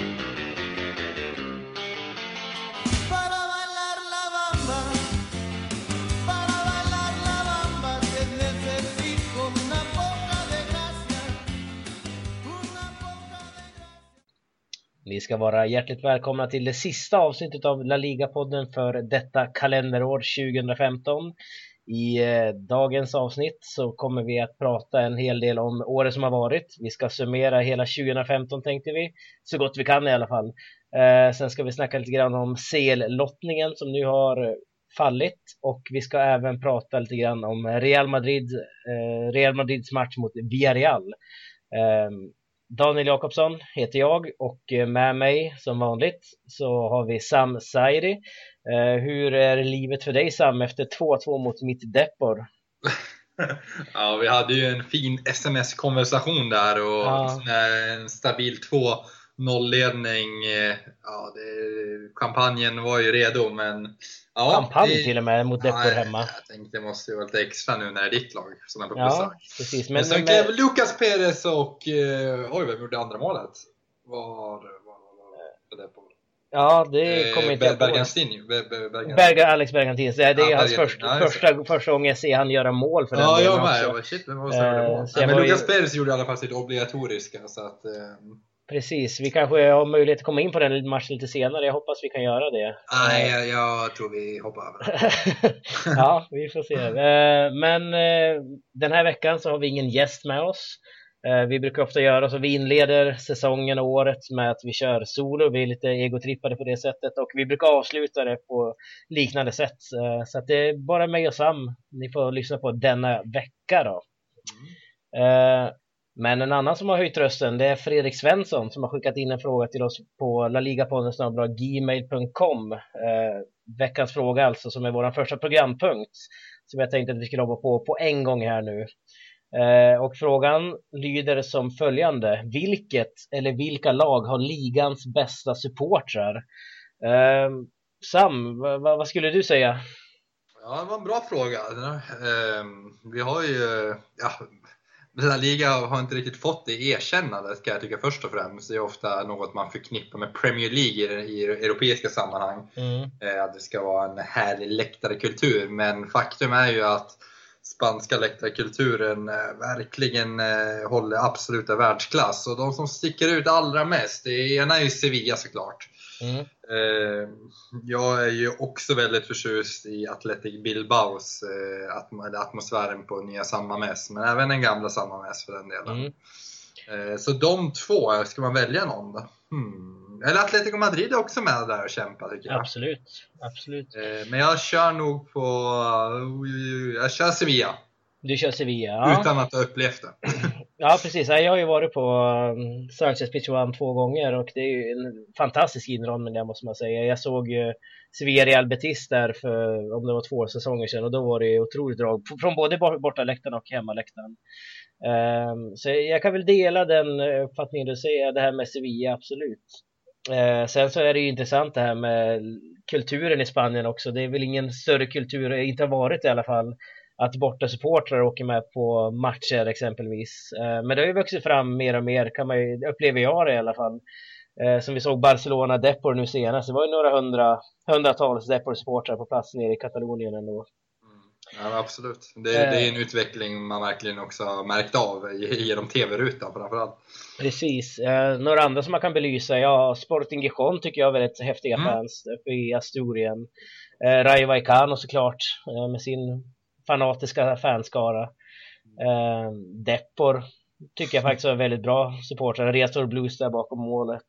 Ni ska vara hjärtligt välkomna till det sista avsnittet av La Liga-podden för detta kalenderår 2015. I dagens avsnitt så kommer vi att prata en hel del om året som har varit. Vi ska summera hela 2015 tänkte vi, så gott vi kan i alla fall. Sen ska vi snacka lite grann om CL-lottningen som nu har fallit. Och vi ska även prata lite grann om Real Madrids match mot Villarreal. Daniel Jakobsson heter jag och med mig som vanligt så har vi Sam Sairi. Hur är livet för dig Sam efter 2-2 mot mitt Depor? Ja, vi hade ju en fin sms-konversation där och en stabil 2-0-ledning. Ja, kampanjen var ju redo, men ja, kampanj till och med mot Depor hemma. Jag tänkte det måste ju vara lite extra nu när det är ditt lag som är på besök. Ja, precis. Men sen klev Lucas Perez och vem gjorde andra målet? Var Depor? Ja, det kommer inte Alex Bergantini. Det är hans första gången jag ser han göra mål för den. Ja, jag med. Jag var shit, men Lucas Perez gjorde i alla fall sitt obligatoriska så att precis, vi kanske har möjlighet att komma in på den matchen lite senare. Jag hoppas vi kan göra det. Nej, jag tror vi hoppar över. Ja, vi får se. Men den här veckan så har vi ingen gäst med oss. Vi brukar ofta göra så vi inleder säsongen och året med att vi kör solo. Vi är lite egotrippade på det sättet. Och vi brukar avsluta det på liknande sätt. Så att det är bara mig och Sam ni får lyssna på denna vecka då. Men en annan som har höjt rösten, det är Fredrik Svensson som har skickat in en fråga till oss på laligapodden@gmail.com. Veckans fråga alltså, som är vår första programpunkt som jag tänkte att vi skulle hoppa på en gång här nu. Och frågan lyder som följande: vilket eller vilka lag har ligans bästa supportrar? Sam, vad skulle du säga? Ja, det var en bra fråga. Vi har ju La Liga har inte riktigt fått det erkännandet, ska jag tycka först och främst. Det är ofta något man förknippar med Premier League i europeiska sammanhang. Att det ska vara en härlig läktarkultur. Men faktum är ju att spanska läktarkulturen verkligen håller absoluta världsklass. Och de som sticker ut allra mest, det ena är ju Sevilla såklart. Jag är ju också väldigt förtjust i Athletic Bilbaos atmosfären på nya San Mamés, men även den gamla San Mamés för den delen. Så de två, ska man välja någon då? Eller Atletico Madrid är också med där och kämpar tycker jag. Absolut. Men jag kör nog på jag kör Sevilla. Du kör Sevilla, ja. Utan att ha upplevt det. Ja, precis. Jag har ju varit på Sanchez Pizjuan 2 gånger och det är ju en fantastisk inramning där måste man säga. Jag såg Sevilla Real Betis där för, om det var 2 säsonger sedan, och då var det otroligt drag från både bortaläktaren och hemmaläktaren. Så jag kan väl dela den uppfattningen du säger, det här med Sevilla, absolut. Sen så är det ju intressant det här med kulturen i Spanien också. Det är väl ingen större kultur, inte har varit i alla fall, att borta supportrar åker med på matcher exempelvis. Men det har ju vuxit fram mer och mer, upplever jag det i alla fall. Som vi såg Barcelona Depor nu senast. Det var ju några hundratals Depor-supportrar på plats nere i Katalonien ändå. Ja, absolut. Det är en utveckling man verkligen också har märkt av genom tv-rutan framförallt. Precis. Några andra som man kan belysa, Sporting Gijón tycker jag är väldigt häftiga fans uppe i Asturien. Rayo Vallecano såklart med sin fanatiska fanskara. Depor tycker jag faktiskt är väldigt bra supportrar. Restor Blues där bakom målet.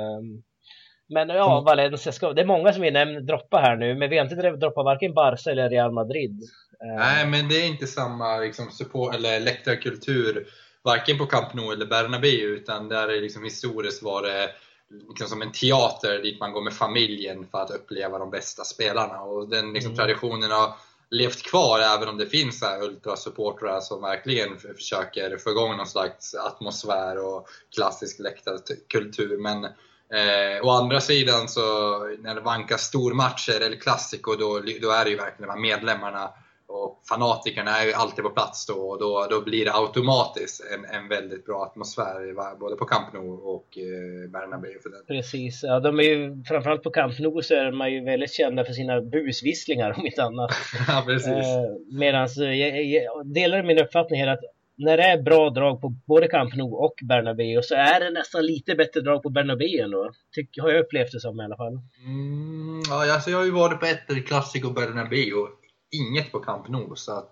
Men Valencia det är många som vi droppar här nu, men vi har inte droppat varken Barca eller Real Madrid. Nej, men det är inte samma liksom, support eller läktarkultur varken på Camp Nou eller Bernabéu, utan där är liksom historiskt var det liksom som en teater dit man går med familjen för att uppleva de bästa spelarna, och den liksom, traditionen har levt kvar, även om det finns ultrasupportrar som verkligen försöker få igång någon slags atmosfär och klassisk läktarkultur. Men å andra sidan så när det vankas stormatcher eller klassiko, då är det ju verkligen de här medlemmarna och fanatikerna är ju alltid på plats då, och då blir det automatiskt en väldigt bra atmosfär både på Camp Nou och Bernabéu för den. Precis, ja, de är ju, framförallt på Camp Nou så är man ju väldigt kända för sina busvisslingar om inte annat. Ja, precis. Medan jag delar min uppfattning här att när det är bra drag på både Camp Nou och Bernabéu så är det nästan lite bättre drag på Bernabéu ändå. Har jag upplevt det som i alla fall. Ja, alltså jag har ju varit på ett Classico Bernabéu, inget på Camp Nou, så att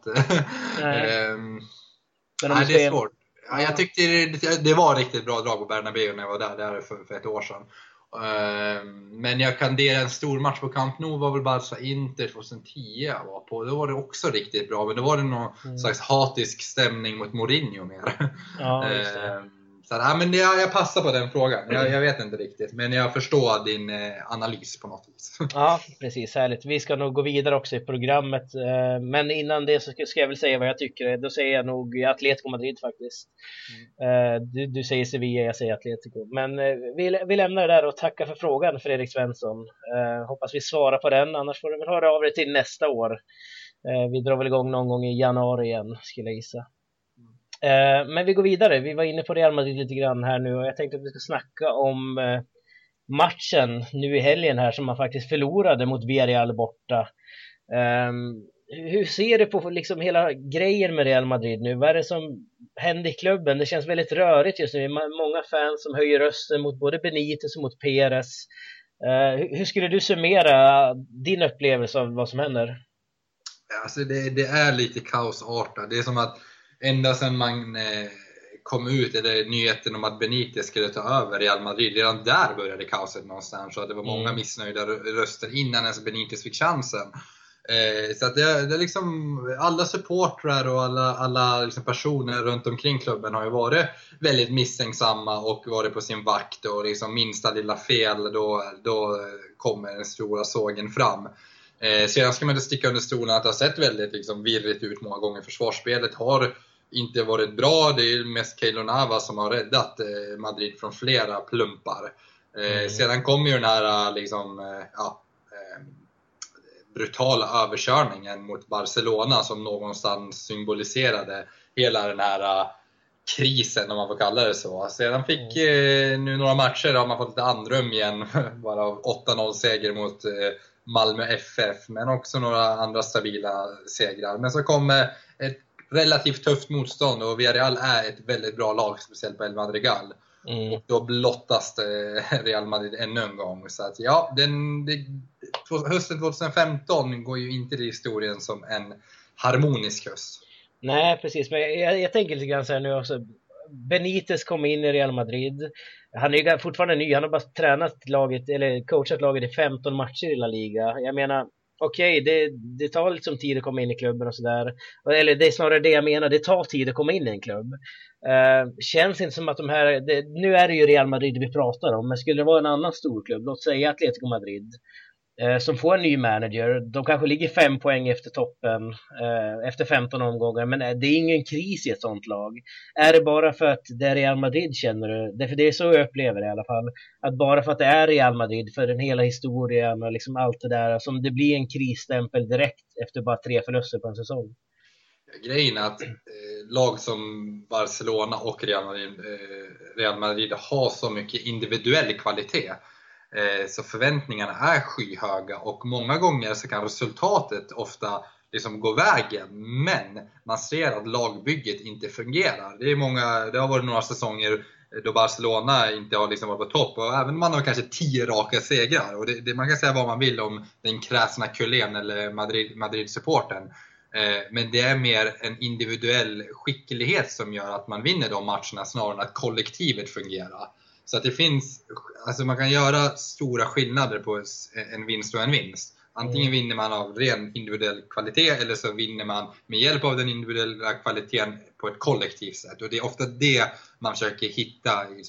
nej, det är svårt. Ja, jag tyckte det var riktigt bra drag på Bernabéu när jag var där för ett år sedan. Men jag kan dela en stor match på Camp Nou var väl Barca Inter 2010 jag var på. Då var det också riktigt bra, men då var det någon slags hatisk stämning mot Mourinho mer. Ja, just det. Så ja, men jag passar på den frågan. Jag vet inte riktigt, men jag förstår din analys på något vis. Ja, precis, härligt. Vi ska nog gå vidare också i programmet. Men innan det så ska jag väl säga vad jag tycker. Då säger jag nog Atletico Madrid faktiskt. Du säger Sevilla, jag säger Atletico. Men vi lämnar det där och tackar för frågan, Fredrik Svensson. Hoppas vi svarar på den, annars får du väl höra av dig till nästa år. Vi drar väl igång någon gång i januari igen, skulle jag gissa. Men vi går vidare. Vi var inne på Real Madrid lite grann här nu och jag tänkte att vi ska snacka om matchen nu i helgen här som man faktiskt förlorade mot Villarreal borta. Hur ser du på liksom hela grejen med Real Madrid nu? Vad är det som händer i klubben? Det känns väldigt rörigt just nu. Det är många fans som höjer rösten mot både Benitez och mot Perez. Hur skulle du summera din upplevelse av vad som händer? Alltså det är lite kaosartat. Det är som att ända sedan man kom ut, eller nyheten om att Benitez skulle ta över Real Madrid, redan där började kaoset någonstans. Så att det var många missnöjda röster innan ens Benitez fick chansen. Så att det är liksom alla supportrar och alla liksom personer runt omkring klubben har ju varit väldigt misstänksamma och varit på sin vakt, och liksom minsta lilla fel då kommer den stora sågen fram. Sedan ska man inte sticka under stolen att det har sett väldigt liksom virrigt ut många gånger. Försvarsspelet har inte varit bra. Det är mest Keylor Navas som har räddat Madrid från flera plumpar. Sedan kommer ju den här liksom, brutala överkörningen mot Barcelona som någonstans symboliserade hela den här krisen, om man får kalla det så. Sedan fick nu några matcher har man fått lite andrum igen, bara 8-0 seger mot Malmö FF, men också några andra stabila segrar. Men så kommer ett relativt tufft motstånd, och Villarreal är ett väldigt bra lag, speciellt på El Madrigal. Och då blottas Real Madrid ännu en gång. Så att ja, hösten 2015 går ju inte i historien som en harmonisk höst. Nej, precis. Men jag tänker lite grann så här nu också. Benitez kom in i Real Madrid. Han är ju fortfarande ny. Han har bara tränat laget, eller coachat laget i 15 matcher i La Liga. Jag menar, okej, det tar liksom tid att komma in i klubben och sådär. Eller det är snarare det jag menar, det tar tid att komma in i en klubb. Känns inte som att de här, nu är det ju Real Madrid vi pratar om, men skulle det vara en annan storklubb, låt säga Atletico Madrid, som får en ny manager, de kanske ligger 5 poäng efter toppen efter 15 omgångar, men det är ingen kris i ett sånt lag. Är det bara för att det är Real Madrid, känner du? För det är så jag upplever det i alla fall, att bara för att det är Real Madrid, för den hela historien och liksom allt det där, som det blir en krisstämpel direkt efter bara 3 förluster på en säsong. Grejen är att lag som Barcelona och Real Madrid har så mycket individuell kvalitet. Så förväntningarna är skyhöga, och många gånger så kan resultatet ofta liksom gå vägen, men man ser att lagbygget inte fungerar. Det har varit några säsonger då Barcelona inte har liksom varit på topp, och även man har kanske 10 raka segrar, och man kan säga vad man vill om den kräsna kulén eller Madrid-supporten. Men det är mer en individuell skicklighet som gör att man vinner de matcherna, snarare än att kollektivet fungerar. Så att det finns, alltså man kan göra stora skillnader på en vinst och en vinst. Antingen vinner man av ren individuell kvalitet, eller så vinner man med hjälp av den individuella kvaliteten på ett kollektivt sätt. Och det är ofta det man försöker hitta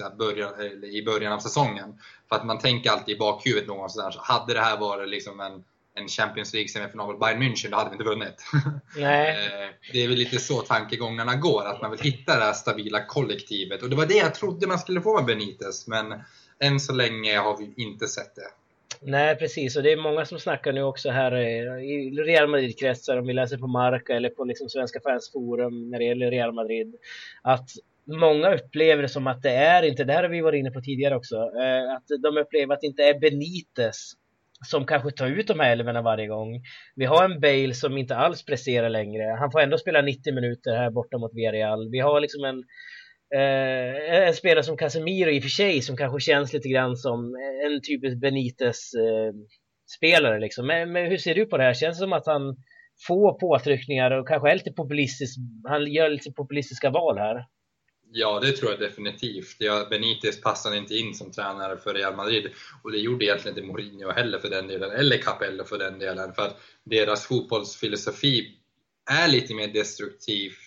i början av säsongen. För att man tänker alltid i bakhuvudet någonstans, så hade det här varit liksom en Champions League-semifinal med Bayern München, då hade vi inte vunnit. Nej. Det är väl lite så tankegångarna går, att man vill hitta det här stabila kollektivet. Och det var det jag trodde man skulle få med Benitez, men än så länge har vi inte sett det. Nej, precis. Och det är många som snackar nu också här i Real Madrid-kretsar, om vi läser på Marca eller på liksom Svenska fansforum när det gäller Real Madrid, att många upplever det som att det är inte, det här har vi varit inne på tidigare också, att de upplever att det inte är Benitez som kanske tar ut de här elverna varje gång. Vi har en Bale som inte alls presterar längre. Han får ändå spela 90 minuter här borta mot Villarreal. Vi har liksom en spelare som Casemiro i och för sig, som kanske känns lite grann som en typisk Benitez spelare liksom. Men hur ser du på det här? Känns det som att han får påtryckningar och kanske är lite populistisk, han gör lite populistiska val här? Ja, det tror jag definitivt. Benitez passade inte in som tränare för Real Madrid, och det gjorde egentligen inte Mourinho heller för den delen, eller Capello för den delen, för att deras fotbollsfilosofi är lite mer destruktivt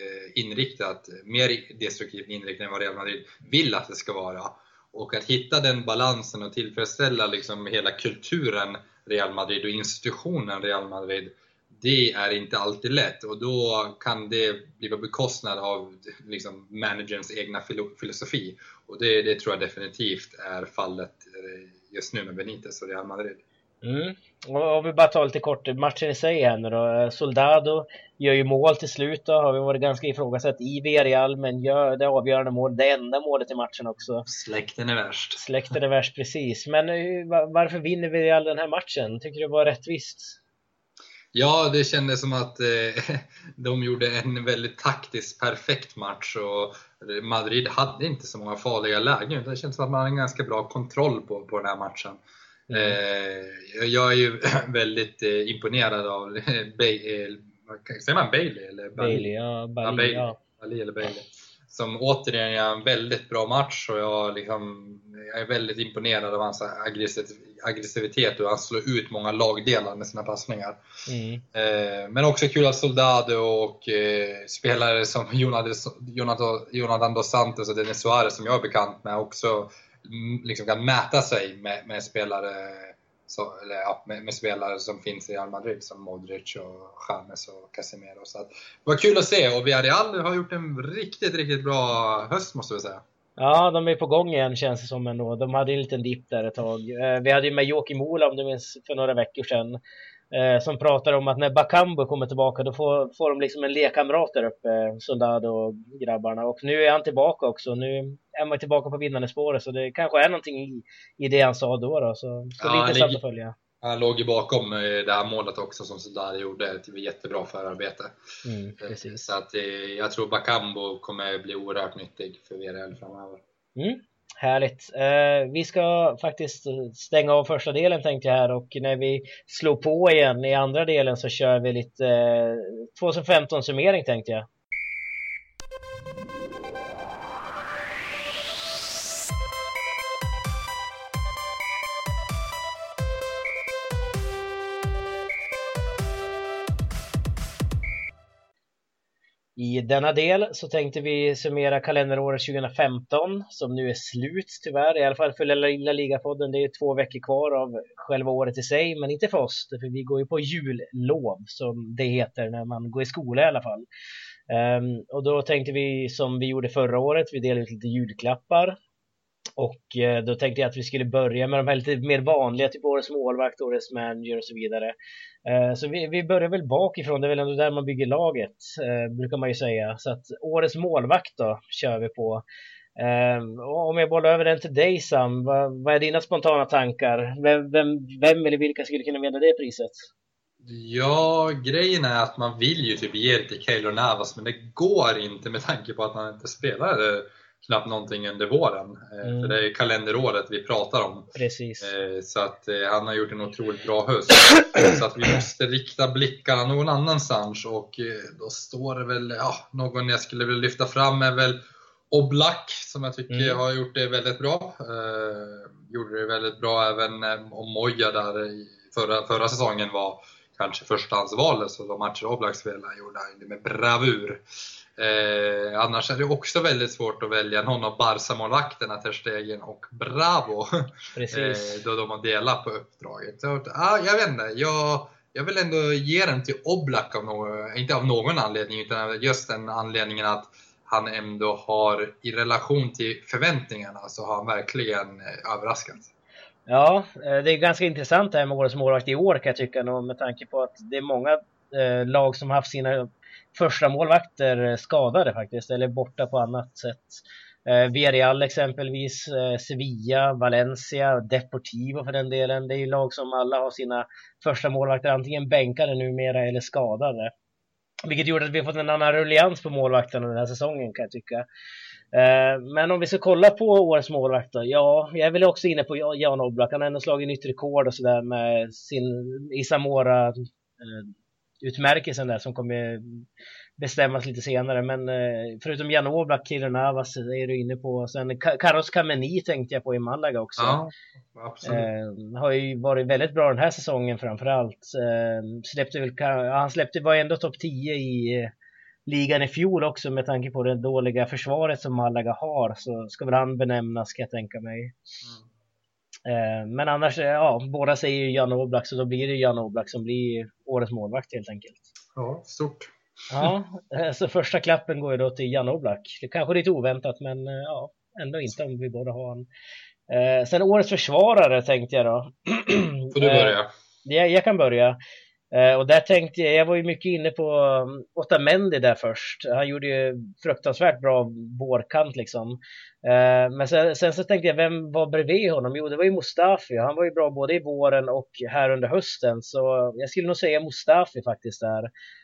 mer destruktivt inriktat än vad Real Madrid vill att det ska vara. Och att hitta den balansen och tillfredsställa liksom hela kulturen Real Madrid och institutionen Real Madrid, det är inte alltid lätt, och då kan det bli på bekostnad av liksom managerns egna filosofi, och det tror jag definitivt är fallet just nu med Benitez och Real Madrid. Och om vi bara tar lite kort matchen i sig här nu då. Soldado gör ju mål till slut då, har vi varit ganska ifrågasatt i Villarreal, men gör det avgörande mål, det enda målet i matchen också. Släkten är värst, precis. Men varför vinner Villarreal den här matchen? Tycker du det var rättvist? Ja, det kändes som att de gjorde en väldigt taktiskt perfekt match, och Madrid hade inte så många farliga lägen. Det känns som att man har en ganska bra kontroll på den här matchen. Jag är ju väldigt imponerad av säger man Bailey eller Bailey, ja, Bailey eller Bailey, som återigen gör en väldigt bra match, och jag är väldigt imponerad av hans aggressivitet, och han slår ut många lagdelar med sina passningar. Men också kul att Soldado och spelare som Jonathan Dos Santos och Denis Suarez, som jag är bekant med, också liksom kan mäta sig med spelare med spelare som finns i Real Madrid, som Modric och James och Casemiro. Så att, det var kul att se, och Villarreal har gjort en riktigt, riktigt bra höst, måste vi säga. Ja, de är på gång igen, känns det som ändå. De hade en liten dipp där ett tag. Vi hade ju med Joakim Ola, om du minns, för några veckor sedan, som pratar om att när Bakambu kommer tillbaka, då får de liksom en lekkamrat där uppe, Soldado och grabbarna. Och nu är han tillbaka också. Nu är man tillbaka på vinnande spåret, så det kanske är någonting i det han sa då. Så det är intressant att följa. Han låg ju bakom det här målet också som Soldado gjorde. Det var jättebra förarbete. Precis. Så att jag tror Bakambu kommer bli oerhört nyttig för VRL framöver. Härligt. Vi ska faktiskt stänga av första delen, tänkte jag här, och när vi slår på igen i andra delen så kör vi lite 2015-summering, tänkte jag. I denna del så tänkte vi summera kalenderåret 2015, som nu är slut tyvärr, i alla fall för Lilla Liga-podden. Det är 2 veckor kvar av själva året i sig, men inte för oss, för vi går ju på jullov, som det heter när man går i skola i alla fall. Och då tänkte vi, som vi gjorde förra året, vi delade ut lite julklappar. Och då tänkte jag att vi skulle börja med de här lite mer vanliga, typ årets målvakt, årets manager och så vidare. Så vi börjar väl bakifrån, det är väl ändå där man bygger laget, brukar man ju säga. Så att årets målvakt då kör vi på. Om jag bollar över den till dig, Sam, vad är dina spontana tankar? Vem eller vilka skulle kunna vinna det priset? Ja, grejen är att man vill ju typ ge det till Keylor Navas, men det går inte med tanke på att han inte spelar knappt någonting under våren. För det är kalenderåret vi pratar om. Precis. Så att han har gjort en otroligt bra höst. Så att vi måste rikta blickarna någon annanstans. Och då står det väl, någon jag skulle vilja lyfta fram är väl Oblak, som jag tycker har gjort det väldigt bra. Gjorde det väldigt bra även om Moja där i förra säsongen var kanske förstahandsvalet. Så de matcher Oblak spelade gjorde han med bravur. Annars är det också väldigt svårt att välja någon av Barca-målvakterna, Ter Stegen och Bravo. Då de har delat på uppdraget. Så, jag vet inte, jag vill ändå ge den till Oblak inte av någon anledning, utan just den anledningen att han ändå har, i relation till förväntningarna, så har han verkligen överraskat. Ja, det är ganska intressant det här med årets målvakt i år kan jag tycka, med tanke på att det är många lag som har haft sina första målvakter skadade faktiskt, eller borta på annat sätt. Villarreal exempelvis, Sevilla, Valencia, Deportivo för den delen. Det är ju lag som alla har sina första målvakter antingen bänkade numera eller skadade. Vilket gjorde att vi har fått en annan rullians på målvakterna den här säsongen kan jag tycka. Men om vi ska kolla på årets målvakter, ja, jag är väl också inne på Jan Oblak. Han har ändå slagit nytt rekord och sådär med sin Isamora utmärkelsen där som kommer bestämmas lite senare. Men förutom Jan Oblak, Keylor Navas är du inne på. Sen Carlos Kameni tänkte jag på i Malaga också. Ja, absolut. Har ju varit väldigt bra den här säsongen framförallt. Han var ändå topp 10 i ligan i fjol också med tanke på det dåliga försvaret som Malaga har, så ska väl han benämnas ska jag tänka mig. Men annars, ja, båda säger ju Jan Oblak, så då blir det Jan Oblak som blir årets målvakt helt enkelt. Ja, stort. Ja, så första klappen går ju då till Jan Oblak. Det är kanske lite oväntat, men ja, ändå inte om vi båda har han. Sen årets försvarare tänkte jag då. Får du börja? Jag kan börja. Och där tänkte jag var ju mycket inne på Otamendi där först. Han gjorde ju fruktansvärt bra vårkant liksom. Men sen så tänkte jag, vem var bredvid honom? Jo, det var ju Mustafi. Han var ju bra både i våren och här under hösten. Så jag skulle nog säga Mustafi faktiskt där.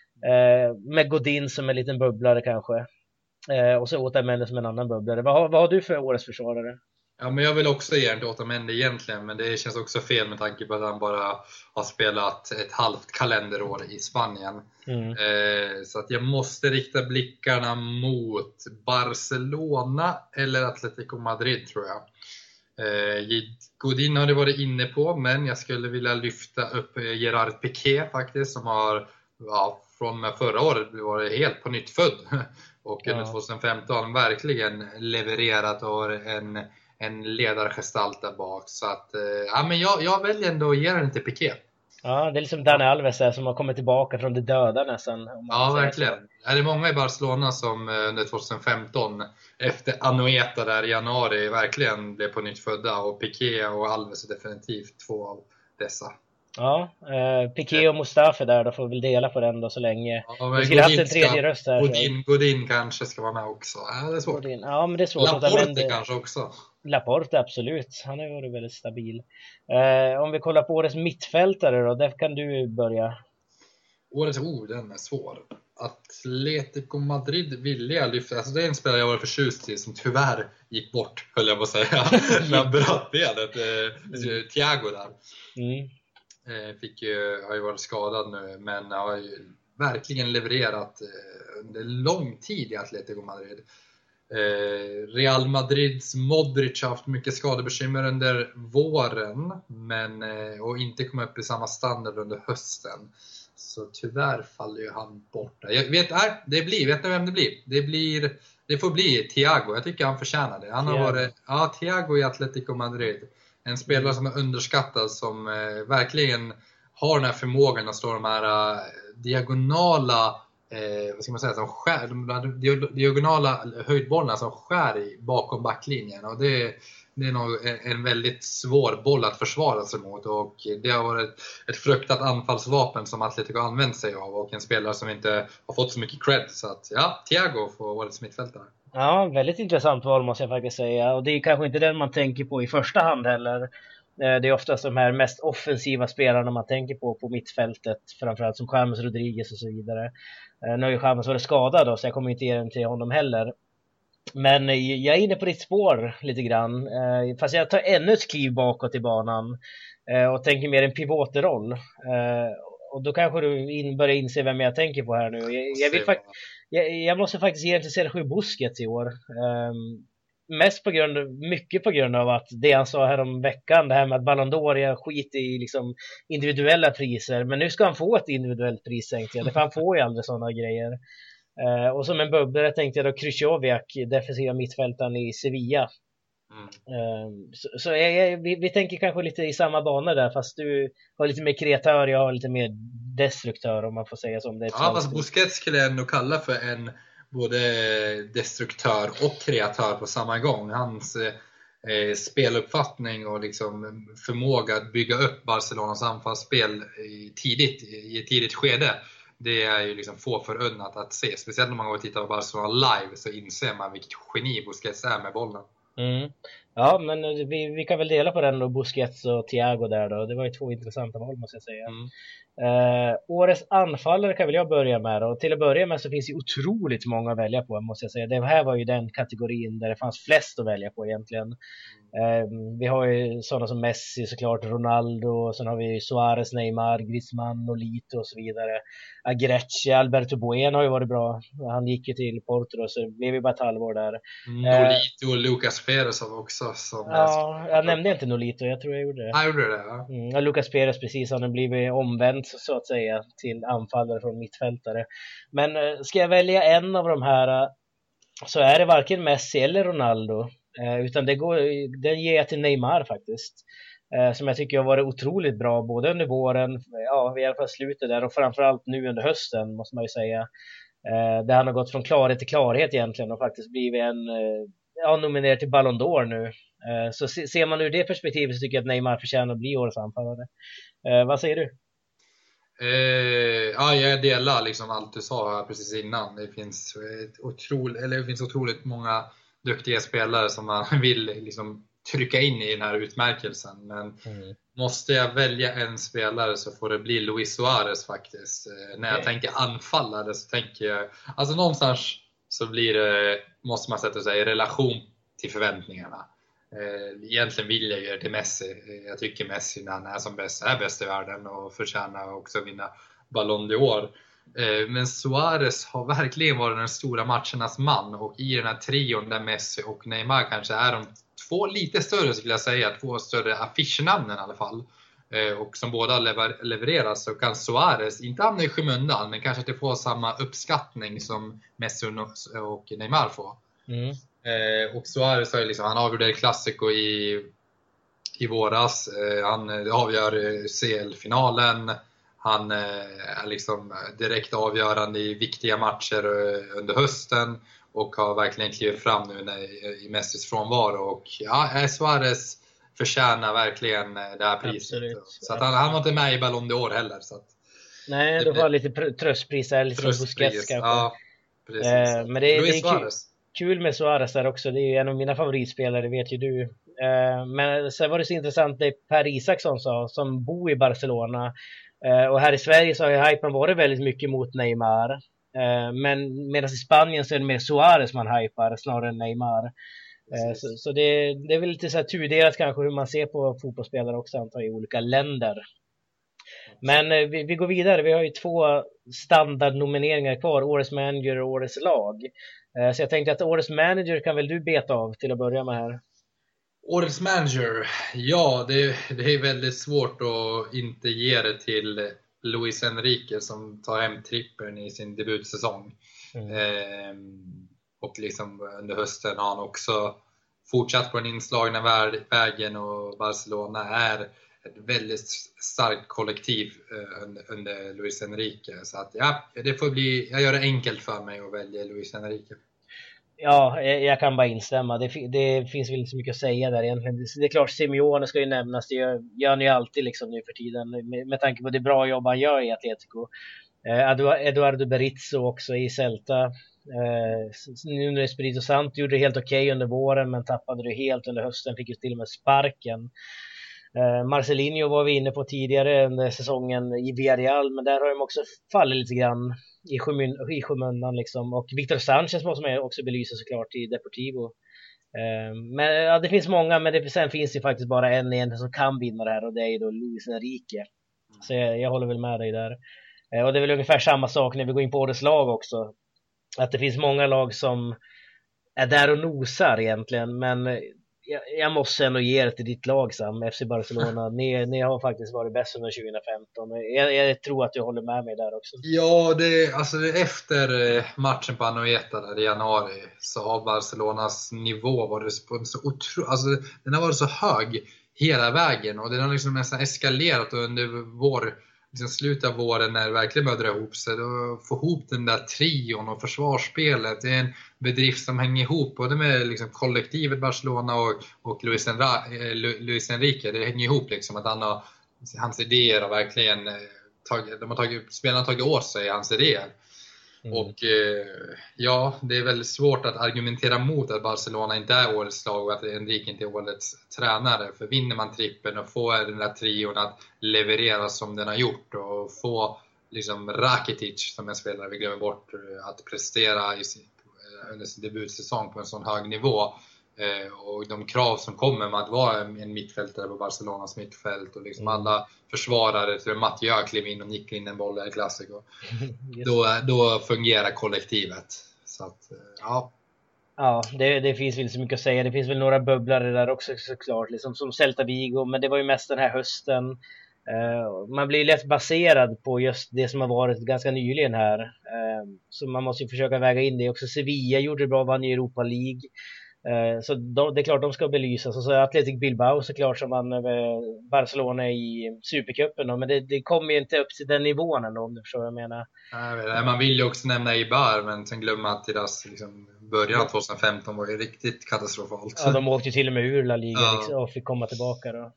Med Godin som en liten bubblare kanske. Och så Otamendi som en annan bubblare. Vad har du för årets försvarare? Ja, men jag vill också ge till Otamendi egentligen, men det känns också fel med tanke på att han bara har spelat ett halvt kalenderår i Spanien. Så att jag måste rikta blickarna mot Barcelona eller Atletico Madrid tror jag. Godin har det varit inne på, men jag skulle vilja lyfta upp Gerard Piqué faktiskt, som har från förra året varit helt på nytt född och under 2015 verkligen levererat och en ledargestalt där bak. Så att, men jag väljer ändå att ge den till Piqué. Ja, det är liksom Dani Alves här, som har kommit tillbaka från det döda nästan. Ja, verkligen. Det är många i Barcelona som under 2015 efter Anoeta där i januari verkligen blev på nytt födda. Och Piqué och Alves är definitivt två av dessa. Ja, Piqué och Mustafi där, då får vi väl dela på den då så länge. Ja, vi skulle haft en tredje röst här. Godin kanske ska vara med också. Ja, det är svårt. Ja, men det är svårt. Laporte kanske också. Laporte, absolut. Han har varit väldigt stabil. Om vi kollar på årets mittfältare då, där kan du börja. Årets den är svår. Atletico Madrid vill jag lyfta. Alltså det är en spelare jag var förtjust i som tyvärr gick bort, höll jag på att säga. När han bröt benet. Thiago där. Har ju varit skadad nu, men har ju verkligen levererat under lång tid i Atletico Madrid. Real Madrids Modric har haft mycket skadebekymmer under våren, och inte kommit upp i samma standard under hösten. Så tyvärr faller ju han bort. Vet ni vem det blir? Det får bli Thiago. Jag tycker han förtjänar det. Han har varit Thiago i Atletico Madrid. En spelare som är underskattad, som verkligen har den här förmågan att slå de här diagonala vad ska man säga, som skär, de diagonala höjdbollarna som skär bakom backlinjen. Och det är nog en väldigt svår boll att försvara sig mot, och det har varit ett fruktat anfallsvapen som Atletico har använt sig av, och en spelare som inte har fått så mycket cred. Så att Thiago får årets mittfältare. Ja, väldigt intressant val måste jag faktiskt säga, och det är kanske inte den man tänker på i första hand heller. Det är oftast de här mest offensiva spelarna man tänker på mittfältet, framförallt som James Rodriguez och så vidare. Nu har ju James varit skadad då, så jag kommer inte ge den till honom heller. Men jag är inne på ditt spår lite grann, fast jag tar ännu ett kliv bakåt i banan och tänker mer en pivotroll. Och då kanske du börjar inse vem jag tänker på här nu. Jag måste faktiskt ge den till Sergio Busquets i år. Mycket på grund av att det han sa här om veckan, det här med att Ballon d'Or är skit i liksom individuella priser, men nu ska han få ett individuellt pris, tänkte jag, för han får ju aldrig sådana grejer. Och som en bubblare tänkte jag då Krychowiak, defensiva mittfältaren i Sevilla. Så vi tänker kanske lite i samma bana där, fast du har lite mer kreatör, jag har lite mer destruktör, om man får säga så. Om det är fast Busquets skulle jag ändå kalla för en både destruktör och kreatör på samma gång. Hans speluppfattning och liksom förmåga att bygga upp Barcelonas anfallsspel i ett tidigt skede. Det är ju liksom få förunnat att se. Speciellt när man går och tittar på Barcelona live så inser man vilket geni Busquets är med bollen. Ja, men vi kan väl dela på den då, Busquets och Thiago där då. Det var ju 2 intressanta val måste jag säga. Årets anfallare kan väl jag börja med då. Till att börja med så finns det otroligt många att välja på måste jag säga. Det här var ju den kategorin där det fanns flest att välja på egentligen. Vi har ju sådana som Messi såklart, Ronaldo, och sen har vi Suarez, Neymar, Griezmann, Nolito och så vidare. Agretti, Alberto Bueno har ju varit bra. Han gick ju till Porto så det blev ju bara ett halvår där. Nolito och Lucas Perez också. Ja, jag nämnde inte Nolito, jag tror jag gjorde det. Jag gjorde det, ja. Lucas Perez precis, han har blivit omvänd så att säga till anfallare från mittfältare. Men ska jag välja en av de här så är det varken Messi eller Ronaldo. Utan den ger jag till Neymar faktiskt. Som jag tycker har varit otroligt bra både under våren, i alla fall slutet där, och framförallt nu under hösten måste man ju säga. Där han har gått från klarhet till klarhet egentligen och faktiskt blivit nominerad till Ballon d'Or nu. Så ser man ur det perspektivet så tycker jag att Neymar förtjänar att bli årets anfallare. Vad säger du? Jag delar liksom allt du sa här precis innan. Det finns otroligt många duktiga spelare som man vill liksom trycka in i den här utmärkelsen. Men måste jag välja en spelare så får det bli Luis Suarez faktiskt. När jag tänker anfallare så tänker jag, alltså någonstans så blir det, måste man sätta sig i relation till förväntningarna. Egentligen vill jag göra det till Messi. Jag tycker Messi när han är som bäst är bäst i världen och förtjänar också vinna Ballon d'Or. Men Suarez har verkligen varit den stora matchernas man, och i den här trion där Messi och Neymar kanske är de 2 lite större, skulle jag säga, 2 större affischnamnen i alla fall, och som båda levereras, så kan Suarez inte hamna i skymundan, men kanske inte få samma uppskattning som Messi och Neymar får. Och Suarez har liksom, han avgjorde Clasico i våras, han avgör CL-finalen. Han är liksom direkt avgörande i viktiga matcher under hösten och har verkligen klivit fram nu i Messis frånvaro. Och Suarez förtjänar verkligen det här priset. Absolut. Så att han var inte med i Ballon d'Or heller. Så att nej, det var lite tröstpris eller liksom Busquets kanske. Ja, precis. Men det är kul med Suarez där också. Det är en av mina favoritspelare, vet ju du. Men sen var det så intressant det Per Isaksson sa, som bor i Barcelona. Och här i Sverige så har ju hypen varit väldigt mycket mot Neymar. Men medan i Spanien så är det mer Suarez man hypar snarare än Neymar. Så det är väl lite så här tudelat kanske hur man ser på fotbollsspelare också, antar jag, i olika länder. Men vi går vidare. Vi har ju 2 standardnomineringar kvar, årets manager och årets lag. Så jag tänkte att årets manager kan väl du beta av till att börja med här. Årets manager, det är väldigt svårt att inte ge det till Luis Enrique som tar hem trippeln i sin debutsäsong. Och liksom under hösten har han också fortsatt på den inslagna vägen, och Barcelona är ett väldigt starkt kollektiv under Luis Enrique. Så att det får bli, jag gör det enkelt för mig att välja Luis Enrique. Ja, jag kan bara instämma. Det finns väl inte så mycket att säga där egentligen. Det är klart, Simeone ska ju nämnas. Det gör han ju alltid liksom nu för tiden. Med tanke på det bra jobb han gör i Atletico. Eduardo Berizzo också i Celta. Nu Espirito Santo gjorde det helt okej under våren, men tappade det helt under hösten. Fick ju till och med sparken. Marcelinho var vi inne på tidigare under säsongen i Villarreal, men där har de också fallit lite grann i skymundan liksom. Och Victor Sanchez måste man också belysa såklart i Deportivo. Men det finns många, men sen finns det faktiskt bara en som kan vinna det här, och det är ju då Luis Enrique. Så jag håller väl med dig där. Och det är väl ungefär samma sak när vi går in på årets lag också. Att det finns många lag som är där och nosar egentligen, men jag måste ändå ge det till ditt lag, Sam, FC Barcelona. Ni har faktiskt varit bäst under 2015. Jag tror att du håller med mig där också. Ja, efter matchen på Anoeta där i januari så har Barcelonas nivå varit så otroligt, alltså den har varit så hög hela vägen, och den har liksom nästan eskalerat under liksom slutet av våren när det verkligen börjar dra ihop sig, då få ihop den där trion och försvarsspelet. Det är en bedrift som hänger ihop både med liksom kollektivet Barcelona och Luis Enrique. Det hänger ihop liksom att hans idéer har verkligen spelarna har tagit åt sig hans idéer. Och ja, det är väldigt svårt att argumentera mot att Barcelona inte är årets lag och att Enrique inte är årets tränare. För vinner man trippen och får den där trion att leverera som den har gjort och få liksom Rakitic, som en spelare vi glömmer bort, att prestera under sin debutsäsong på en sån hög nivå. Och de krav som kommer med att vara en mittfältare på Barcelonas mittfält och liksom alla försvarare till Mathieu klev in och nickade in en boll i klassiker. Då fungerar kollektivet. Så att, ja. Ja, det finns väl så mycket att säga. Det finns väl några bubblare där också såklart, liksom som Celta Vigo, men det var ju mest den här hösten. Man blir lätt baserad på just det som har varit ganska nyligen här. Så man måste ju försöka väga in det också. Sevilla gjorde det bra, vann i Europa League. Så det är klart de ska belysas. Och så Athletic Bilbao såklart som vann över Barcelona i Supercupen. Men det kommer ju inte upp till den nivån ändå, om du förstår vad jag menar. Man vill ju också nämna Eibar, men sen glömmer att deras liksom, början av 2015 var ju riktigt katastrofalt. Ja, de åkte ju till och med ur La Liga liksom, och fick komma tillbaka då.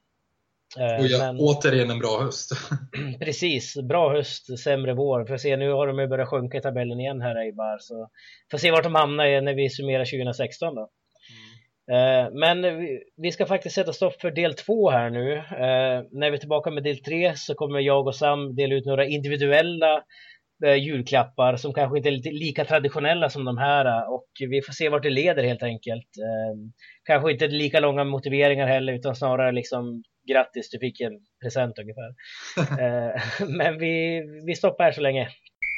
Återigen en bra höst. Precis, bra höst, sämre vår. För se, nu har de ju börjat sjunka i tabellen igen här Eibar. Så får se vart de hamnar när vi summerar 2016 då. Men vi ska faktiskt sätta stopp för del 2 här nu. När vi är tillbaka med del 3 så kommer jag och Sam dela ut några individuella julklappar som kanske inte är lika traditionella som de här, och vi får se vart det leder helt enkelt. Kanske inte lika långa motiveringar heller, utan snarare liksom grattis, du fick en present ungefär. Men vi stoppar här så länge.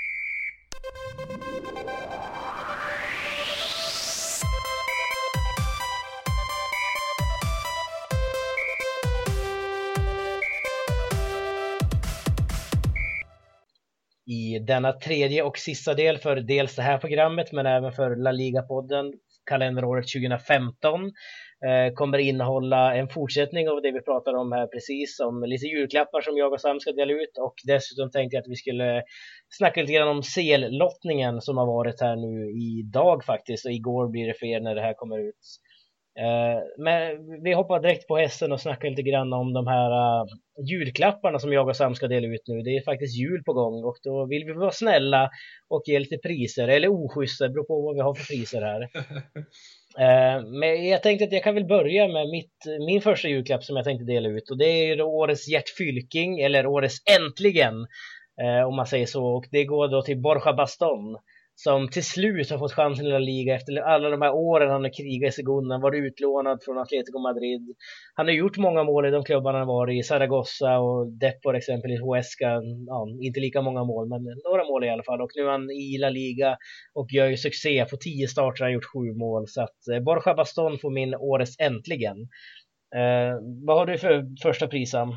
I denna tredje och sista del för dels det här programmet men även för La Liga-podden kalenderåret 2015 kommer innehålla en fortsättning av det vi pratade om här precis, om lite julklappar som jag och Sam ska dela ut, och dessutom tänkte jag att vi skulle snacka lite grann om CL-lottningen som har varit här nu idag faktiskt, och igår blir det för er när det här kommer ut. Men vi hoppar direkt på hästen och snackar lite grann om de här julklapparna som jag och Sam ska dela ut nu. Det är faktiskt jul på gång och då vill vi vara snälla och ge lite priser, eller oschyssta, det beror på vad vi har för priser här. Men jag tänkte att jag kan väl börja med min första julklapp som jag tänkte dela ut, och det är årets Gert Fylking, eller årets Äntligen om man säger så, och det går då till Borja Baston, som till slut har fått chansen i La Liga efter alla de här åren han har krigat i Segunda, varit utlånad från Atletico Madrid. Han har gjort många mål i de klubbarna han var i, Zaragoza och Depor exempelvis, Huesca, ja, inte lika många mål men några mål i alla fall, och nu är han i La Liga och gör ju succé, på 10 starter har han gjort 7 mål, så att Borja Baston får min årets Äntligen. Vad har du för första pris, Sam?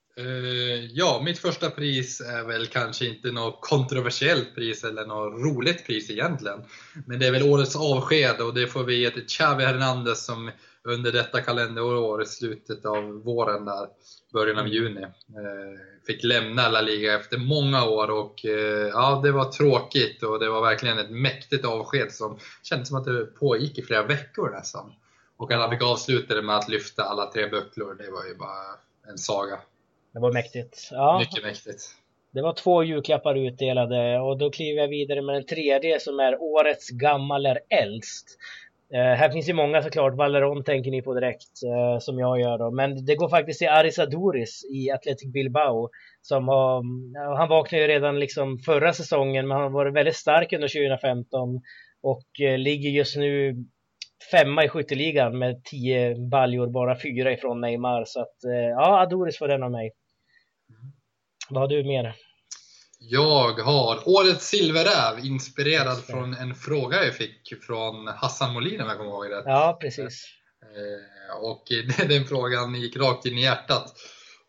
Ja, mitt första pris är väl kanske inte något kontroversiellt pris eller något roligt pris egentligen. Men det är väl årets avsked, och det får vi ge till Xavi Hernandez som under detta kalenderår i slutet av våren där, början av juni, fick lämna La Liga efter många år, och ja, det var tråkigt och det var verkligen ett mäktigt avsked som kändes som att det pågick i flera veckor nästan. Och alla fick avsluta det med att lyfta alla 3 bucklor. Det var ju bara en saga. Det var mäktigt. Ja, mycket mäktigt. Det var 2 julklappar utdelade, och då kliver jag vidare med den tredje som är årets gammal är äldst. Här finns ju många såklart. Valeron tänker ni på direkt, som jag gör då. Men det går faktiskt till Aris Aduriz i Athletic Bilbao, som han vaknade ju redan liksom förra säsongen, men han har varit väldigt stark under 2015 och ligger just nu 5:a i skytteligan med 10 baljor, bara 4 ifrån Neymar. Så att ja, Aduriz får den av mig. Vad har du mer? Jag har årets silverräv, inspirerad från en fråga jag fick från Hassan Molin, om jag kommer ihåg det. Ja, precis. Och den frågan gick rakt in i hjärtat.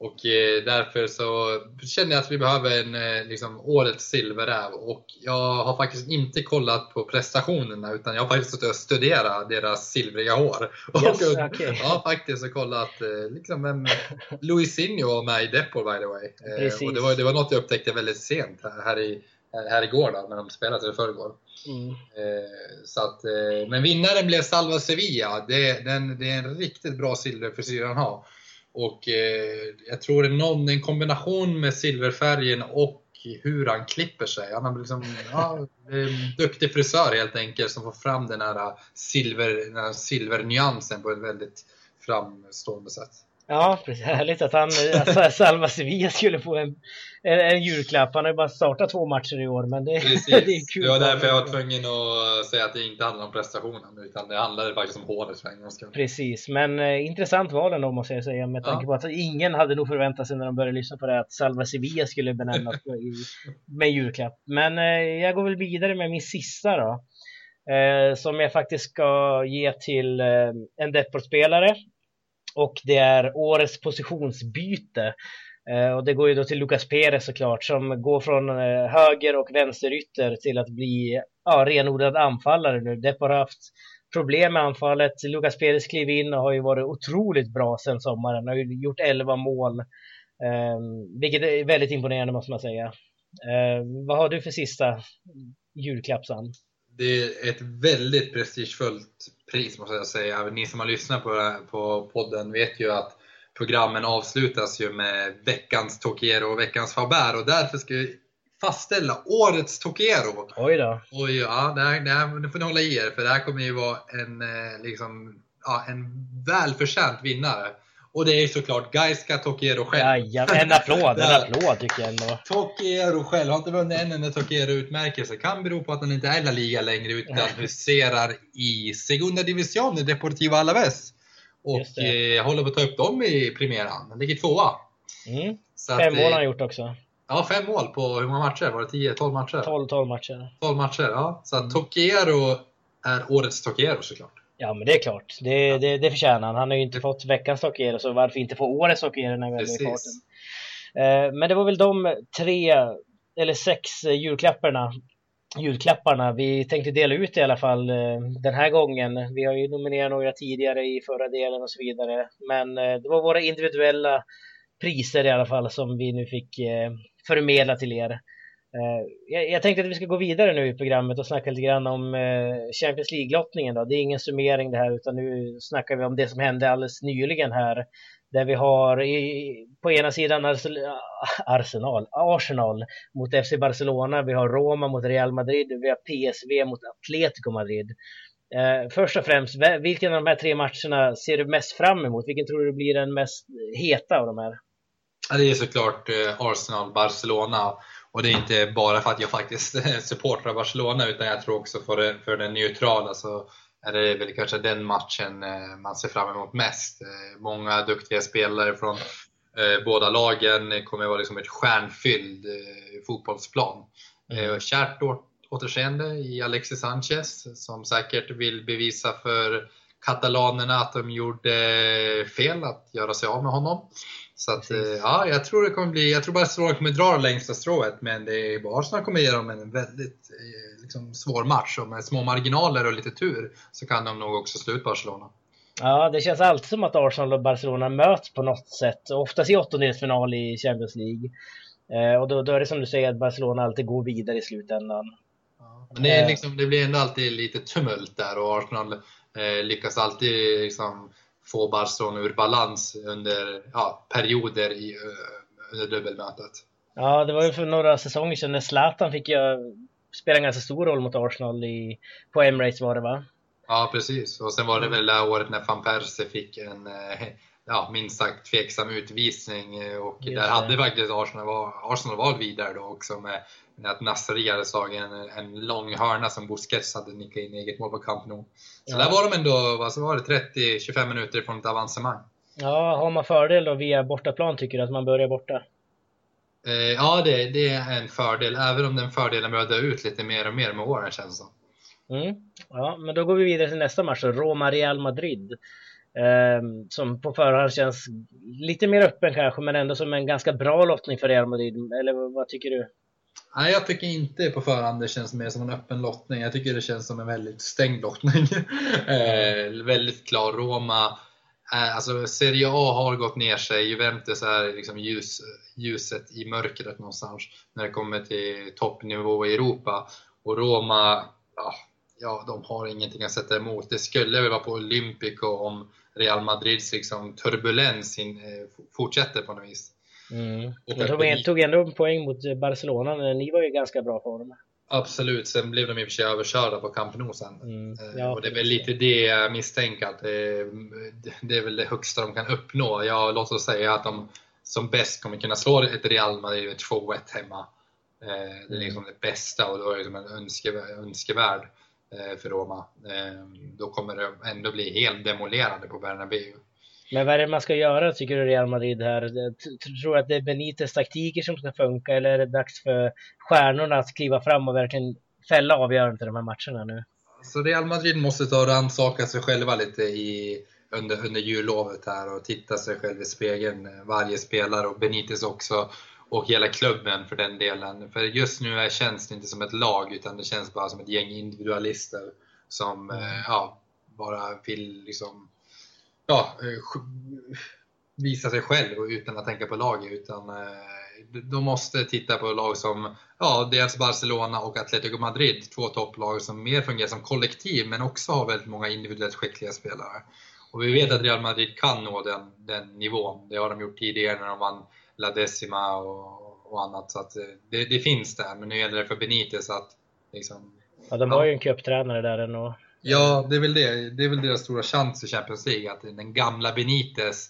Och därför så känner jag att vi behöver en liksom årets silverräv. Och jag har faktiskt inte kollat på prestationerna, utan jag har faktiskt suttit och studerat deras silvriga hår. Yes, och okay. jag har faktiskt kollat liksom vem Luisinho var med i Depor, by the way. Och det var något jag upptäckte väldigt sent här igår då, när de spelade till förrgår. Så att, men vinnaren blev Salva Sevilla. Det är en riktigt bra silverfrisyr han har. Och jag tror det är en kombination med silverfärgen och hur han klipper sig. Han har liksom en duktig frisör helt enkelt, som får fram den här silvernyansen på ett väldigt framstående sätt. Ja, precis. Härligt att Salva Sevilla skulle få en julklapp. Han har ju bara startat 2 matcher i år, men det är kul. Det var därför jag var tvungen att säga att det inte handlar om prestationen, utan det handlade faktiskt om håret för en gångs skull. Precis, men intressant val ändå, måste jag säga, med tanke på att ingen hade nog förväntat sig när de började lyssna på det att Salva Sevilla skulle benämnas med julklapp. Men jag går väl vidare med min sista då, som jag faktiskt ska ge till en Depor-spelare. Och det är årets positionsbyte. Och det går ju då till Lucas Perez såklart, som går från höger- och vänsterytter till att bli renodlad anfallare nu. Depor har haft problem med anfallet. Lucas Perez klev in och har ju varit otroligt bra sedan sommaren. Har ju gjort 11 mål. Vilket är väldigt imponerande, måste man säga. Vad har du för sista julklapp, Sam? Det är ett väldigt prestigefullt pris, måste jag säga. Ni som har lyssnat på podden vet ju att programmen avslutas ju med veckans Tokiero och veckans Faber. Och därför ska vi fastställa årets Tokiero. Oj då. Och ja, det får ni hålla i er. För det här kommer ju vara en välförtjänt vinnare. Och det är ju såklart Gaisca Tokiero själv. Ja, en applåd tycker jag ändå. Tokiero själv har inte vunnit en enda Tokiero-utmärkelse. Kan bero på att han inte är i La Liga längre, utan huserar i Segunda División i Deportivo Alaves. Och håller på att ta upp dem i primäran. Han ligger 2:a. 5 mål har han gjort också. Ja, 5 mål på hur många matcher? Var det 10-12 matcher? 12 matcher. 12 matcher, ja. Så att Tokiero är årets Tokiero såklart. Ja, men det är klart. Det förtjänar han. Han har ju inte fått veckans Tokiero, så varför inte få årets Tokiero när vi är i farten? Men det var väl de 3 eller 6 julklapparna vi tänkte dela ut i alla fall den här gången. Vi har ju nominerat några tidigare i förra delen och så vidare. Men det var våra individuella priser i alla fall som vi nu fick förmedla till er. Jag tänkte att vi ska gå vidare nu i programmet och snacka lite grann om Champions League-lottningen då. Det är ingen summering det här, utan nu snackar vi om det som hände alldeles nyligen här. Där vi har på ena sidan Arsenal mot FC Barcelona. Vi har Roma mot Real Madrid. Vi har PSV mot Atletico Madrid. Först och främst, vilken av de här 3 matcherna ser du mest fram emot? Vilken tror du blir den mest heta av de här? Ja, det är såklart Arsenal-Barcelona. Och det är inte bara för att jag faktiskt supportar Barcelona, utan jag tror också för den neutrala så är det väl kanske den matchen man ser fram emot mest. Många duktiga spelare från båda lagen kommer att vara liksom ett stjärnfylld fotbollsplan. Kärt återseende i Alexis Sanchez, som säkert vill bevisa för katalanerna att de gjorde fel att göra sig av med honom. Så att, jag tror det kommer bli, jag tror Barcelona kommer dra längsta strået, men Arsenal kommer ge dem en väldigt svår match, och med små marginaler och lite tur så kan de nog också sluta Barcelona. Ja, det känns alltid som att Arsenal och Barcelona möts på något sätt, oftast i åttondelsfinal i Champions League. Och då är det som du säger att Barcelona alltid går vidare i slutändan. Ja, men det blir ändå alltid lite tumult där, och Arsenal lyckas alltid få Barcelona ur balans under perioder under dubbelmötet. Ja, det var ju för några säsonger sedan när Zlatan fick spela en ganska stor roll mot Arsenal på Emirates var det, va? Ja, precis. Och sen var det väl det året när Van Persie fick en minst sagt tveksam utvisning, och där hade faktiskt Arsenal var vidare då också med att Nasri hade slagit en lång hörna som Busquets hade nickat in eget mål på Camp Nou. Så där var de ändå, vad var det, 30-25 minuter från ett avancemang. Ja, har man fördel då via bortaplan, tycker du att man börjar borta? Ja, det är en fördel, även om den fördelen börjar dö ut lite mer och mer med åren, känns det. Ja, men då går vi vidare till nästa match, Roma-Real Madrid. som på förhand känns lite mer öppen kanske, men ändå som en ganska bra lottning för Real Madrid. Eller vad tycker du? Nej, jag tycker inte på förhand det känns mer som en öppen lottning. Jag tycker det känns som en väldigt stängd lottning. Väldigt klar. Roma, alltså Serie A har gått ner sig. Juventus är liksom ljuset i mörkret någonstans när det kommer till toppnivå i Europa. Och Roma, ja, de har ingenting att sätta emot. Det skulle väl vara på Olympico om Real Madrids liksom turbulens fortsätter på något vis. De tog ändå en poäng mot Barcelona, men ni var ju ganska bra för dem. Absolut, sen blev de i och för sig överkörda på Camp Nou sen. Och det är väl lite det jag misstänker, att det är väl det högsta de kan uppnå. Låt oss säga att de som bäst kommer kunna slå ett Real Madrid med 2-1 hemma. Det är liksom det bästa, och då är det som en önskevärd för Roma. Då kommer det ändå bli helt demolerande på Bernabéu. Men vad är det man ska göra, tycker du, Real Madrid här? Tror du att det är Benites taktiker som ska funka, eller är det dags för stjärnorna att kliva fram och verkligen fälla avgörandet i de här matcherna nu? Så Real Madrid måste ta och rannsaka sig själva lite under jullovet här och titta sig själv i spegeln, varje spelare, och Benitez också, och hela klubben för den delen. För just nu känns det inte som ett lag, utan det känns bara som ett gäng individualister som bara vill liksom visa sig själv utan att tänka på laget, utan de måste titta på lag som dels Barcelona och Atletico Madrid, två topplag som mer fungerar som kollektiv men också har väldigt många individuellt skickliga spelare. Och vi vet att Real Madrid kan nå den nivån. Det har de gjort tidigare när de vann La Decima och annat, så att det finns där, men nu gäller det för Benitez att liksom, de har ju en cuptränare där ändå. Ja, det är väl det. Det är väl deras stora chans i Champions League, att den gamla Benitez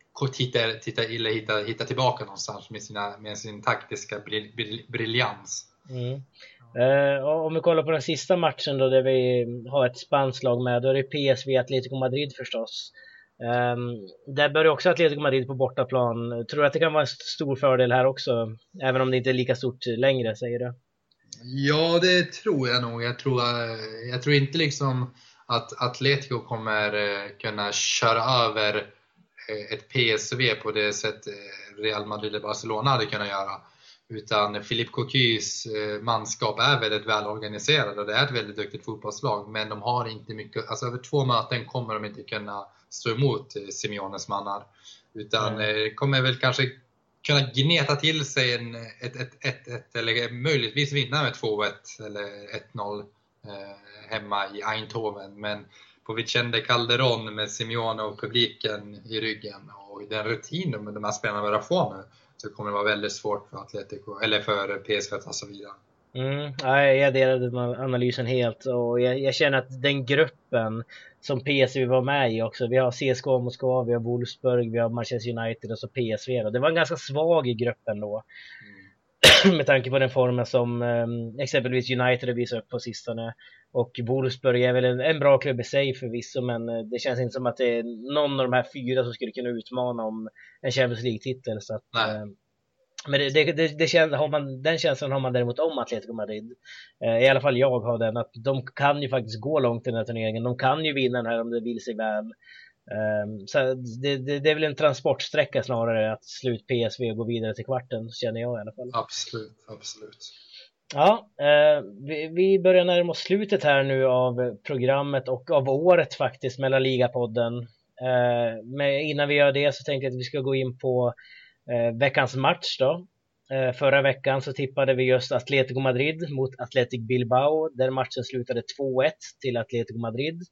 hittar tillbaka någonstans med sin taktiska briljans. Om vi kollar på den sista matchen då, där vi har ett spanskt lag med, då är det PSV Atletico Madrid förstås. Där börjar också Atletico Madrid på bortaplan. Tror du att det kan vara en stor fördel här också, även om det inte är lika stort längre, säger du? Ja, det tror jag nog. Jag tror inte liksom att Atletico kommer kunna köra över ett PSV på det sätt Real Madrid och Barcelona hade kunnat göra. Utan Philippe Coquys manskap är väldigt välorganiserad, och det är ett väldigt duktigt fotbollslag, men de har inte mycket, alltså över 2 möten kommer de inte kunna stå emot Simeones mannar, utan kommer väl kanske kunna gneta till sig ett eller möjligtvis vinna med 2-1 eller 1-0 hemma i Eindhoven. Men på Vicente Calderón med Simeone och publiken i ryggen och den rutinen de här spelarna börjar få nu, så kommer det vara väldigt svårt för Atletico eller för PSV att ta sig vidare. Jag delar den analysen helt, och jag känner att den gruppen som PSV var med i också, vi har CSKA Moskva, vi har Wolfsburg, vi har Manchester United och så PSV då. Det var en ganska svag i gruppen då. Med tanke på den formen som exempelvis United visar upp på sistone, och Wolfsburg är väl en bra klubb i sig förvisso, men det känns inte som att det är någon av de här 4 som skulle kunna utmana om en Champions League-titel, så att men den känslan har man däremot om Atletico Madrid. I alla fall jag har den, att de kan ju faktiskt gå långt i den här turneringen. De kan ju vinna den här om det vill sig väl. Så det är väl en transportsträcka snarare att slut PSV och gå vidare till kvarten, känner jag i alla fall. Absolut. Ja, vi börjar närma oss slutet här nu av programmet och av året faktiskt, med La Liga-podden. Men innan vi gör det så tänkte jag att vi ska gå in på veckans match då. Förra veckan så tippade vi just Atletico Madrid mot Athletic Bilbao, där matchen slutade 2-1 till Atletico Madrid.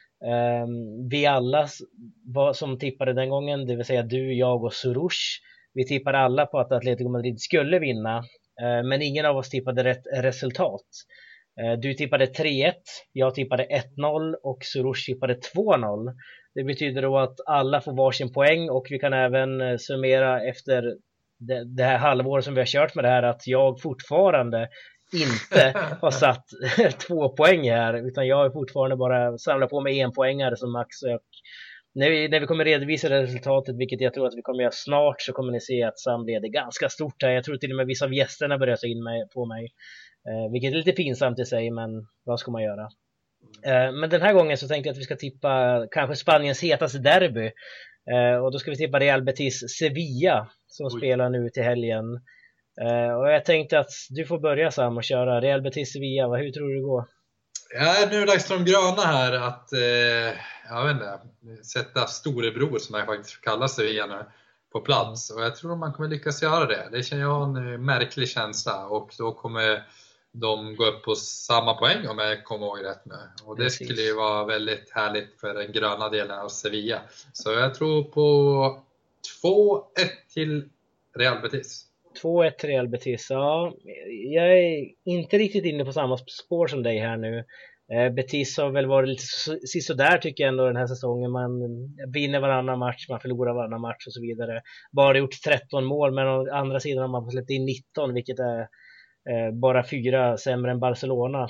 Vi alla som tippade den gången, det vill säga du, jag och Surush, vi tippade alla på att Atletico Madrid skulle vinna, men ingen av oss tippade rätt resultat. Du tippade 3-1, jag tippade 1-0 och Surush tippade 2-0. Det betyder då att alla får varsin poäng, och vi kan även summera efter det här halvåret som vi har kört med det här, att jag fortfarande inte har satt 2 poäng här, utan jag har fortfarande bara samlat på mig 1 poängare som max. Och när vi kommer redovisa resultatet, vilket jag tror att vi kommer göra snart, så kommer ni se att Sam leder ganska stort här. Jag tror till och med vissa av gästerna börjar ta in på mig, vilket är lite pinsamt i sig, men vad ska man göra? Men den här gången så tänkte jag att vi ska tippa kanske Spaniens hetaste derby. Och då ska vi tippa Real Betis Sevilla som spelar nu till helgen. Och jag tänkte att du får börja Sam och köra Real Betis Sevilla. Hur tror du det går? Ja, nu är det dags för de gröna här att jag vet inte, sätta storebror som jag faktiskt kallar Sevilla nu på plats. Och jag tror att man kommer lyckas göra det. Det känner jag en märklig känsla. Och då kommer de går upp på samma poäng om jag kommer ihåg rätt nu. Och det skulle ju vara väldigt härligt för den gröna delen av Sevilla. Så jag tror på 2-1 till Real Betis. 2-1 Real Betis, ja. Jag är inte riktigt inne på samma spår som dig här nu. Betis har väl varit lite sisådär tycker jag ändå den här säsongen. Man vinner varannan match, man förlorar varannan match och så vidare. Bara gjort 13 mål, men å andra sidan har man släppt in 19, vilket är bara 4 sämre än Barcelona.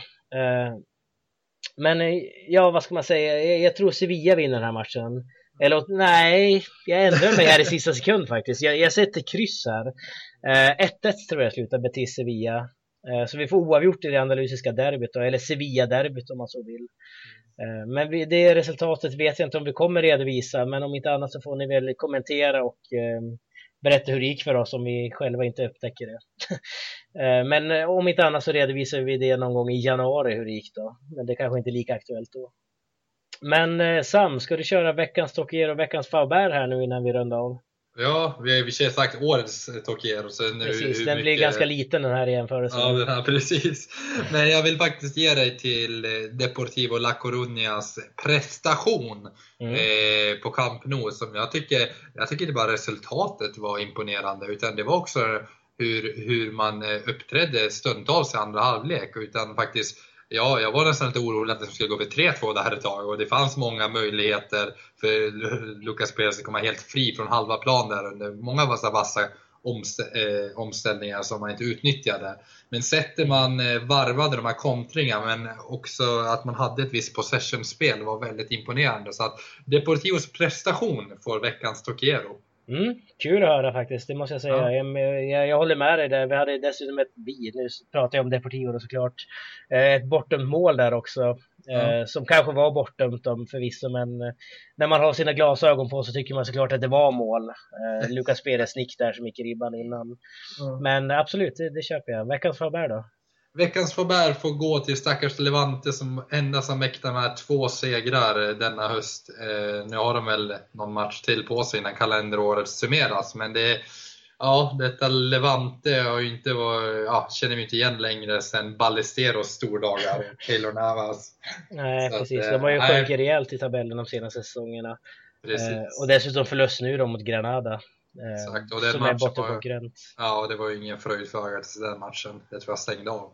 Men ja, vad ska man säga? Jag tror Sevilla vinner den här matchen. Eller nej, jag ändrar mig här i sista sekund faktiskt. Jag sätter kryss här. 1-1 tror jag slutar Betis Sevilla. Så vi får oavgjort i det andalusiska derbyt då, eller Sevilla-derbyt om man så vill. Men det resultatet vet jag inte om vi kommer redovisa, men om inte annat så får ni väl kommentera och berätta hur det gick för oss om vi själva inte upptäcker det. Men om inte annat så redovisar vi det någon gång i januari hur det gick då. Men det kanske inte är lika aktuellt då. Men Sam, ska du köra veckans Tokier och veckans Faubert här nu innan vi rundar av? Ja, vi har sagt årets Tokier. Precis, den blir ganska liten den här jämförelsen. Ja, den här, precis. Men jag vill faktiskt ge dig till Deportivo La Coruñas prestation på Camp Nou. Som jag tycker inte bara resultatet var imponerande, utan det var också hur man uppträdde stundtals i andra halvlek. Utan faktiskt, ja, jag var nästan lite orolig att det skulle gå för 3-2 där ett tag. Och det fanns många möjligheter för Lucas Perez att komma helt fri från halva plan där under många vassa omställningar som man inte utnyttjade. Men sättet man varvade de här kontringarna, men också att man hade ett visst possession-spel var väldigt imponerande. Så att Deportivos prestation får veckans Tokiero. Kul att höra faktiskt, det måste jag säga. Jag håller med dig där. Vi hade dessutom nu pratar jag om Deportivo då, såklart, ett bortdömt mål där också, som kanske var bortdömt förvisso, men när man har sina glasögon på så tycker man såklart att det var mål. Lucas Perez nick där som gick i ribban innan. Men absolut, det köper jag. Veckans Faubert då? Veckans Faubert får gå till stackars Levante som endast har mäktat med 2 segrar denna höst. Nu har de väl någon match till på sig innan kalenderåret summeras. Men detta Levante har ju inte känner vi inte igen längre sen Ballesteros stordagar. Keylor Navas. Nej, precis. De har ju sjunkit rejält i tabellen de senaste säsongerna. Och dessutom förlust nu då mot Granada. Exakt, och den som är bottenkonkurrent. Ja, det var ju ingen fröjd för ögat i den matchen. Det tror jag stängde av.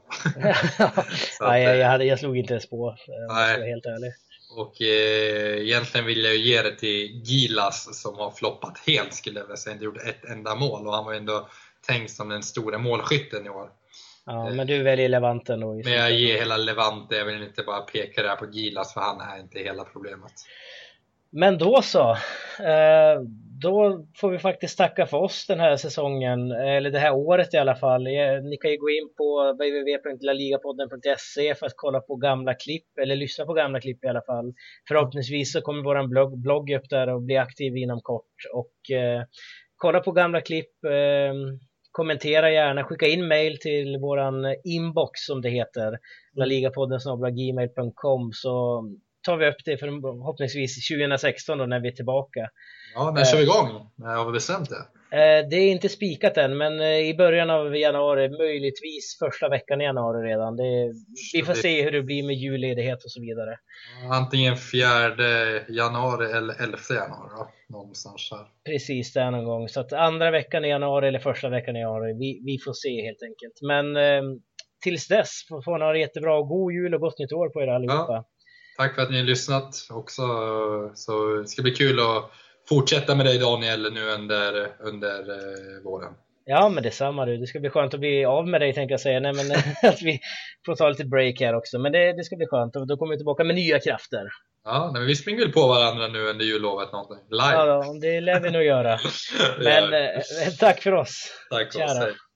Jag slog inte ens på, jag ska helt ärlig. Och egentligen vill jag ju ge det till Gilas som har floppat helt, skulle jag vilja säga. Inte gjort ett enda mål, och han var ändå tänkt som den stora målskytten i år. Ja, men du väljer Levanten då. Men jag ger hela Levante, jag vill inte bara peka där på Gilas, för han är inte hela problemet. Men då så, då får vi faktiskt tacka för oss den här säsongen, eller det här året i alla fall. Ni kan ju gå in på www.laligapodden.se för att kolla på gamla klipp, eller lyssna på gamla klipp i alla fall. Förhoppningsvis så kommer våran blogg upp där och bli aktiv inom kort. Och kolla på gamla klipp, kommentera gärna, skicka in mail till våran inbox som det heter, laligapodden@gmail.com, så tar vi upp det förhoppningsvis 2016 då när vi är tillbaka. Ja, när kör vi igång? När har vi bestämt det? Det är inte spikat än, men i början av januari, möjligtvis första veckan i januari redan. Vi får se hur det blir med julledighet och så vidare. Antingen 4 januari eller 11 januari då, någonstans här. Precis, där någon gång. Så att andra veckan i januari eller första veckan i januari, vi får se helt enkelt. Men tills dess får ni ha det jättebra, och god jul och gott nytt år på er allihopa. Ja. Tack för att ni har lyssnat också. Så det ska bli kul att fortsätta med dig, Daniel, nu under våren. Ja, men detsamma du. Det ska bli skönt att bli av med dig, tänkte jag säga. Nej, men att vi får ta lite break här också. Men det ska bli skönt, och då kommer vi tillbaka med nya krafter. Ja, men vi springer väl på varandra nu under jullovet någonting. Live. Ja, då, det lär vi nog göra. Men tack för oss. Tack för oss.